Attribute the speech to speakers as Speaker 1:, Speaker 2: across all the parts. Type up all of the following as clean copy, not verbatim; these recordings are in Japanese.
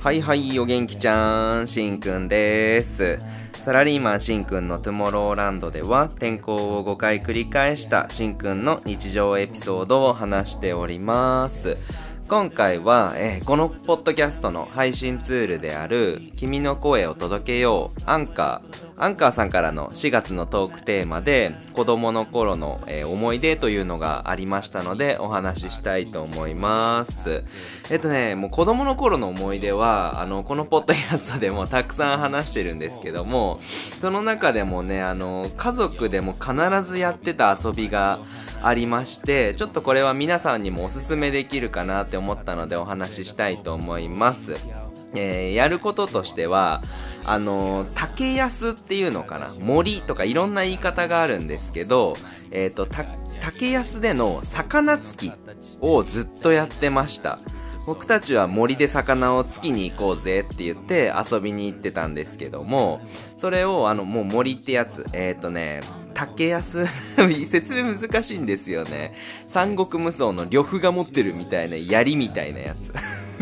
Speaker 1: はいはい、お元気ちゃん、しんくんです。サラリーマンしんくんのトゥモローランドでは転校を5回繰り返したしんくんの日常エピソードを話しております。今回は、このポッドキャストの配信ツールである君の声を届けようアンカーさんからの4月のトークテーマで子供の頃の、思い出というのがありましたのでお話ししたいと思います。もう子供の頃の思い出はこのポッドキャストでもたくさん話してるんですけども、その中でもね家族でも必ずやってた遊びがありまして、ちょっとこれは皆さんにもおすすめできるかなって思ったのでお話ししたいと思います。やることとしては竹安っていうのかな、森とかいろんな言い方があるんですけど、竹安での魚釣きをずっとやってました。僕たちは森で魚を釣きに行こうぜって言って遊びに行ってたんですけども、それをもう森ってやつ竹安説明難しいんですよね。三国無双の呂布が持ってるみたいな槍みたいなやつ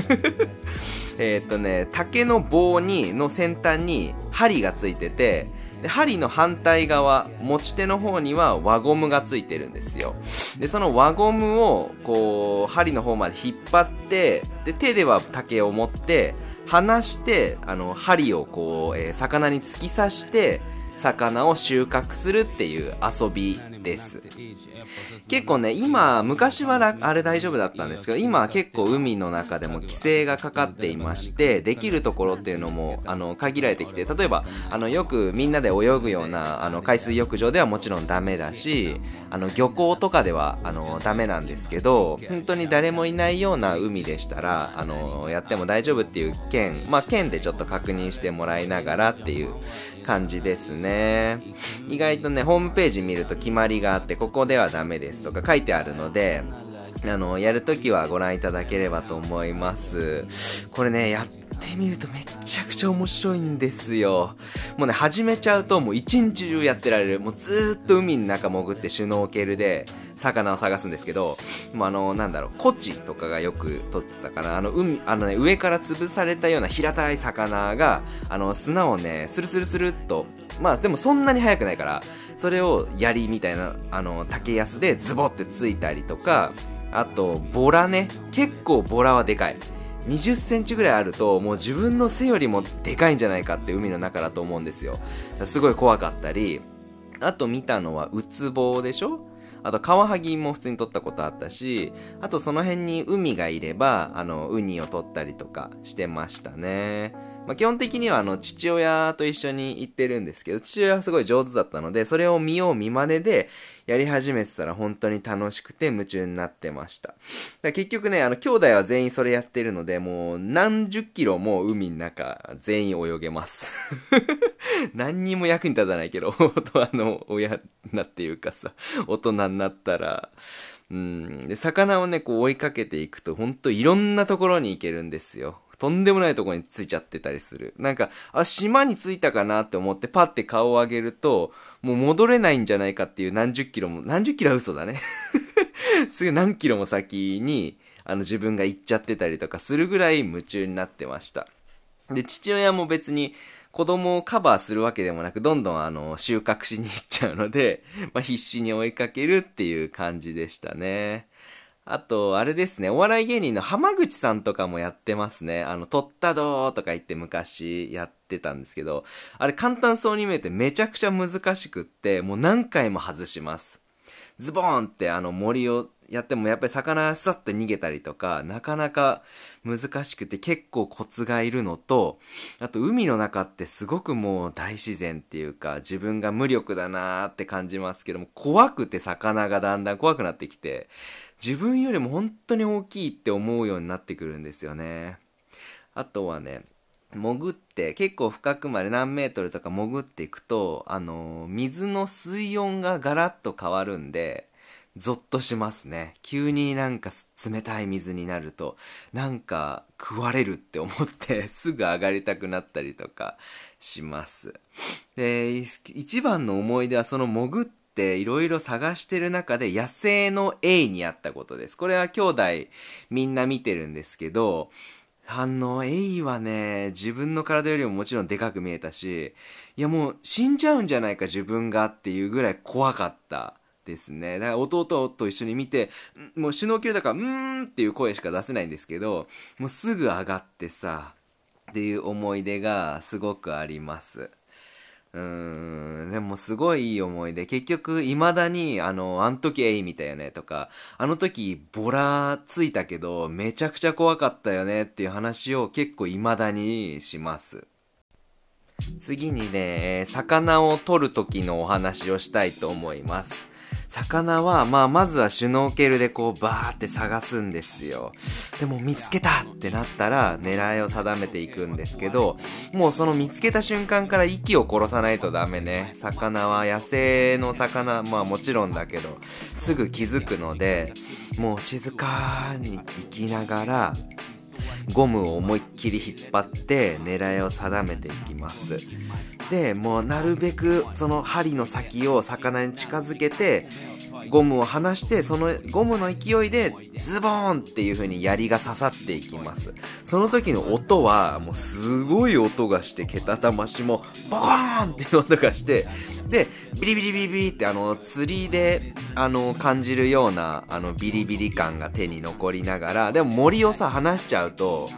Speaker 1: 竹の棒の先端に針がついてて、で針の反対側持ち手の方には輪ゴムがついてるんですよ。でその輪ゴムをこう針の方まで引っ張って、で手では竹を持って離して針をこう、魚に突き刺して魚を収穫するっていう遊びです。結構ね、昔はあれ大丈夫だったんですけど、今は結構海の中でも規制がかかっていまして、できるところっていうのも限られてきて、例えばよくみんなで泳ぐような海水浴場ではもちろんダメだし、漁港とかではダメなんですけど、本当に誰もいないような海でしたらやっても大丈夫っていう県でちょっと確認してもらいながらっていう感じですね。意外とね、ホームページ見ると決まりがあって、ここではダメですとか書いてあるので、やるときはご覧いただければと思います。これね、やってみるとめっちゃくちゃ面白いんですよ。もうね、始めちゃうともう一日中やってられる。もうずーっと海の中潜ってシュノーケルで魚を探すんですけど、もうコチとかがよく取ってたかな。上から潰されたような平たい魚が砂をねスルスルスルっと、でもそんなに速くないから、それを槍みたいな竹安でズボってついたりとか、あとボラね、結構ボラはでかい。20センチぐらいあるともう自分の背よりもでかいんじゃないかって海の中だと思うんですよ。すごい怖かったり、あと見たのはウツボでしょ。あとカワハギも普通に取ったことあったし、あとその辺に海がいればウニを取ったりとかしてましたね。基本的には父親と一緒に行ってるんですけど、父親はすごい上手だったので、それを見よう見まねでやり始めてたら本当に楽しくて夢中になってました。だから結局ね、兄弟は全員それやってるので、もう何十キロも海の中全員泳げます何にも役に立たないけど親になっていうかさ、大人になったらで魚をねこう追いかけていくと本当いろんなところに行けるんですよ。とんでもないところについちゃってたりする。島に着いたかなって思ってパッて顔を上げると、もう戻れないんじゃないかっていう何十キロは嘘だねすぐ何キロも先に自分が行っちゃってたりとかするぐらい夢中になってました。で、父親も別に子供をカバーするわけでもなく、どんどん収穫しに行っちゃうので、必死に追いかけるっていう感じでしたね。あと、あれですね、お笑い芸人の浜口さんとかもやってますね。取ったどーとか言って昔やってたんですけど、あれ簡単そうに見えてめちゃくちゃ難しくって、もう何回も外します。ズボーンって森をやってもやっぱり魚さって逃げたりとか、なかなか難しくて結構コツがいるのと、あと海の中ってすごくもう大自然っていうか、自分が無力だなーって感じますけども、怖くて魚がだんだん怖くなってきて、自分よりも本当に大きいって思うようになってくるんですよね。あとはね、潜って結構深くまで何メートルとか潜っていくと水の水温がガラッと変わるんでゾッとしますね。急に冷たい水になると食われるって思ってすぐ上がりたくなったりとかします。で、一番の思い出はその潜っていろいろ探してる中で野生のエイに会ったことです。これは兄弟みんな見てるんですけど、 エイはね、自分の体よりももちろんでかく見えたし、いやもう死んじゃうんじゃないか自分がっていうぐらい怖かったですね。だから弟と一緒に見て、もうシュノーケルだから、っていう声しか出せないんですけど、もうすぐ上がってさ、っていう思い出がすごくあります。でもすごいいい思い出。結局、未だに、あの時エイ見たよねとか、あの時ボラついたけど、めちゃくちゃ怖かったよねっていう話を結構未だにします。次にね、魚を取る時のお話をしたいと思います。魚は、まずはシュノーケルでこうバーって探すんですよ。でも見つけたってなったら狙いを定めていくんですけど、もうその見つけた瞬間から息を殺さないとダメね。魚は野生の魚、もちろんだけど、すぐ気づくので、もう静かに行きながら、ゴムを思いっきり引っ張って狙いを定めていきます。で、もうなるべくその針の先を魚に近づけて、ゴムを離して、そのゴムの勢いでズボーンっていう風に槍が刺さっていきます。その時の音はもうすごい音がして、けたたましもボコーンっていう音がして、でビリビリビリビリって釣りで感じるようなビリビリ感が手に残りながら、でも森をさ離しちゃうと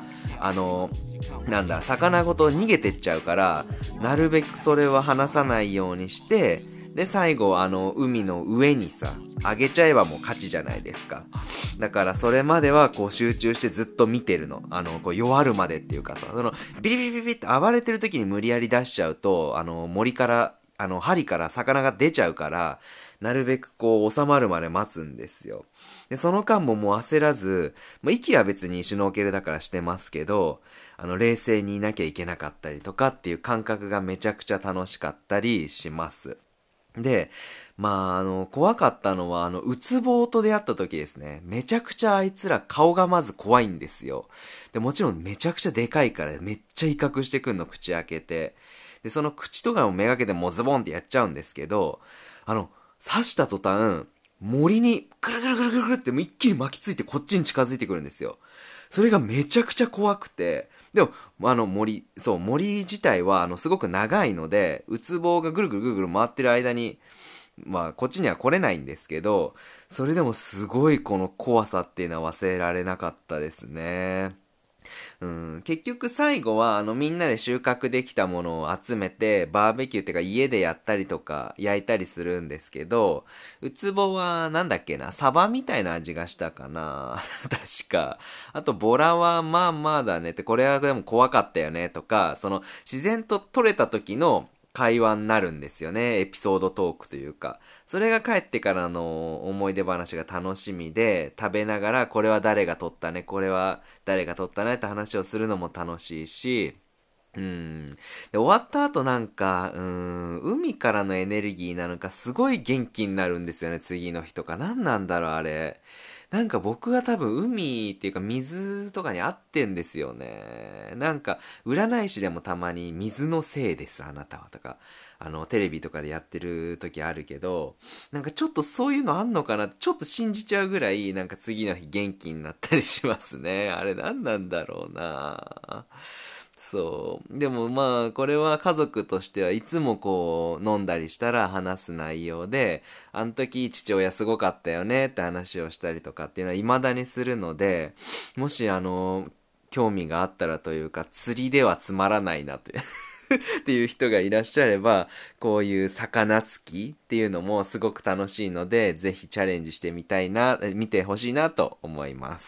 Speaker 1: 魚ごと逃げてっちゃうから、なるべくそれは離さないようにして、で最後海の上にさ上げちゃえばもう勝ちじゃないですか。だからそれまではこう集中してずっと見てるの。こう弱るまでっていうかさ、そのビリビリビリビリって暴れてる時に無理やり出しちゃうと森から針から魚が出ちゃうから、なるべくこう収まるまで待つんですよ。でその間ももう焦らず、息は別にシュノーケルだからしてますけど、冷静にいなきゃいけなかったりとかっていう感覚がめちゃくちゃ楽しかったりします。で、怖かったのは、ウツボと出会った時ですね。めちゃくちゃあいつら顔がまず怖いんですよ。で、もちろんめちゃくちゃでかいからめっちゃ威嚇してくんの、口開けて。で、その口とかもめがけてもうズボンってやっちゃうんですけど、刺した途端、森にぐるぐるぐるぐるぐるって一気に巻きついてこっちに近づいてくるんですよ。それがめちゃくちゃ怖くて、でも、森自体は、すごく長いので、ウツボがぐるぐるぐるぐる回ってる間に、こっちには来れないんですけど、それでもすごいこの怖さっていうのは忘れられなかったですね。結局最後はみんなで収穫できたものを集めてバーベキューっていうか家でやったりとか焼いたりするんですけど、ウツボはなんだっけな、サバみたいな味がしたかな確か。あとボラはだねって、これはでも怖かったよねとか、その自然と取れた時の会話になるんですよね。エピソードトークというか。それが帰ってからの思い出話が楽しみで、食べながらこれは誰が撮ったね、これは誰が撮ったねって話をするのも楽しいし、で終わった後海からのエネルギーなのかすごい元気になるんですよね、次の日とか。何なんだろう、あれ。僕が多分海っていうか水とかに合ってんですよね。占い師でもたまに水のせいですあなたはとかテレビとかでやってる時あるけど、ちょっとそういうのあんのかなってちょっと信じちゃうぐらい次の日元気になったりしますね。あれ何なんだろうな。そう。でもこれは家族としてはいつもこう、飲んだりしたら話す内容で、あの時父親すごかったよねって話をしたりとかっていうのは未だにするので、もし興味があったらというか、釣りではつまらないなというっていう人がいらっしゃれば、こういう魚つきっていうのもすごく楽しいので、ぜひチャレンジして見てほしいなと思います。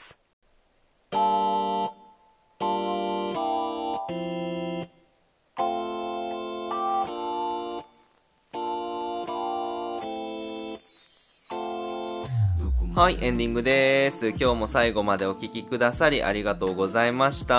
Speaker 1: はい、エンディングです。今日も最後までお聞きくださりありがとうございました。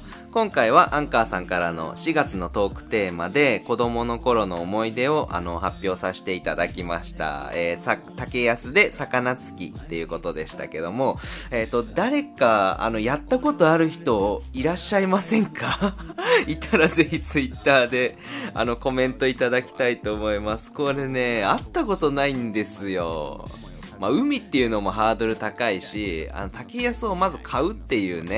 Speaker 1: 今回はアンカーさんからの4月のトークテーマで子供の頃の思い出を発表させていただきました。竹安で魚つきっていうことでしたけども、誰かやったことある人いらっしゃいませんかいたらぜひツイッターでコメントいただきたいと思います。これね、会ったことないんですよ。海っていうのもハードル高いし、竹安をまず買うっていうね、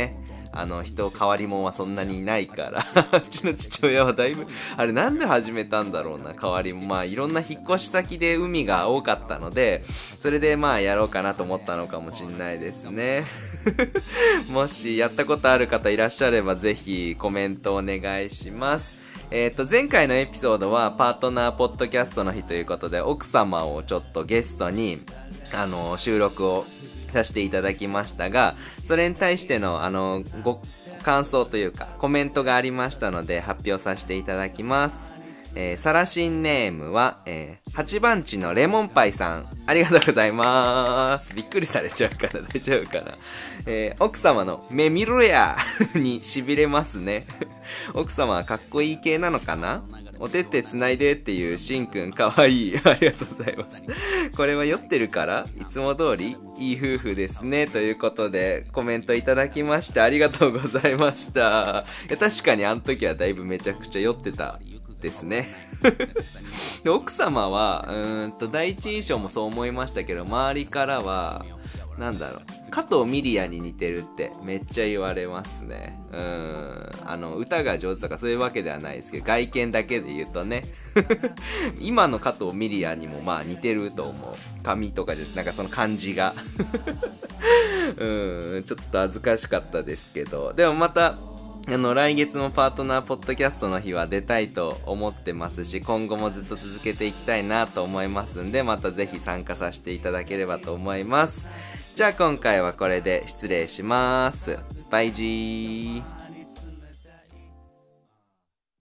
Speaker 1: 変わり者はそんなにいないからうちの父親はだいぶあれなんで始めたんだろうな、変わりもいろんな引っ越し先で海が多かったので、それでやろうかなと思ったのかもしんないですねもしやったことある方いらっしゃればぜひコメントお願いします。前回のエピソードはパートナーポッドキャストの日ということで、奥様をちょっとゲストに収録をさせていただきましたが、それに対してのご感想というかコメントがありましたので発表させていただきます。サラシンネームは、8番地のレモンパイさん、ありがとうございます。びっくりされちゃうから大丈夫かな。奥様の目見ろやに痺れますね奥様はかっこいい系なのかな。お手ってつないでっていうしんくんかわいいありがとうございますこれは酔ってるからいつも通りいい夫婦ですねということでコメントいただきましてありがとうございました確かにあの時はだいぶめちゃくちゃ酔ってたですねで奥様は第一印象もそう思いましたけど、周りからはなんだろう、加藤ミリアに似てるってめっちゃ言われますね。歌が上手とかそういうわけではないですけど、外見だけで言うとね今の加藤ミリアにも似てると思う。髪とかでなんかその感じがちょっと恥ずかしかったですけど、でもまた来月もパートナーポッドキャストの日は出たいと思ってますし、今後もずっと続けていきたいなと思いますんで、またぜひ参加させていただければと思います。じゃあ今回はこれで失礼します。バイジー。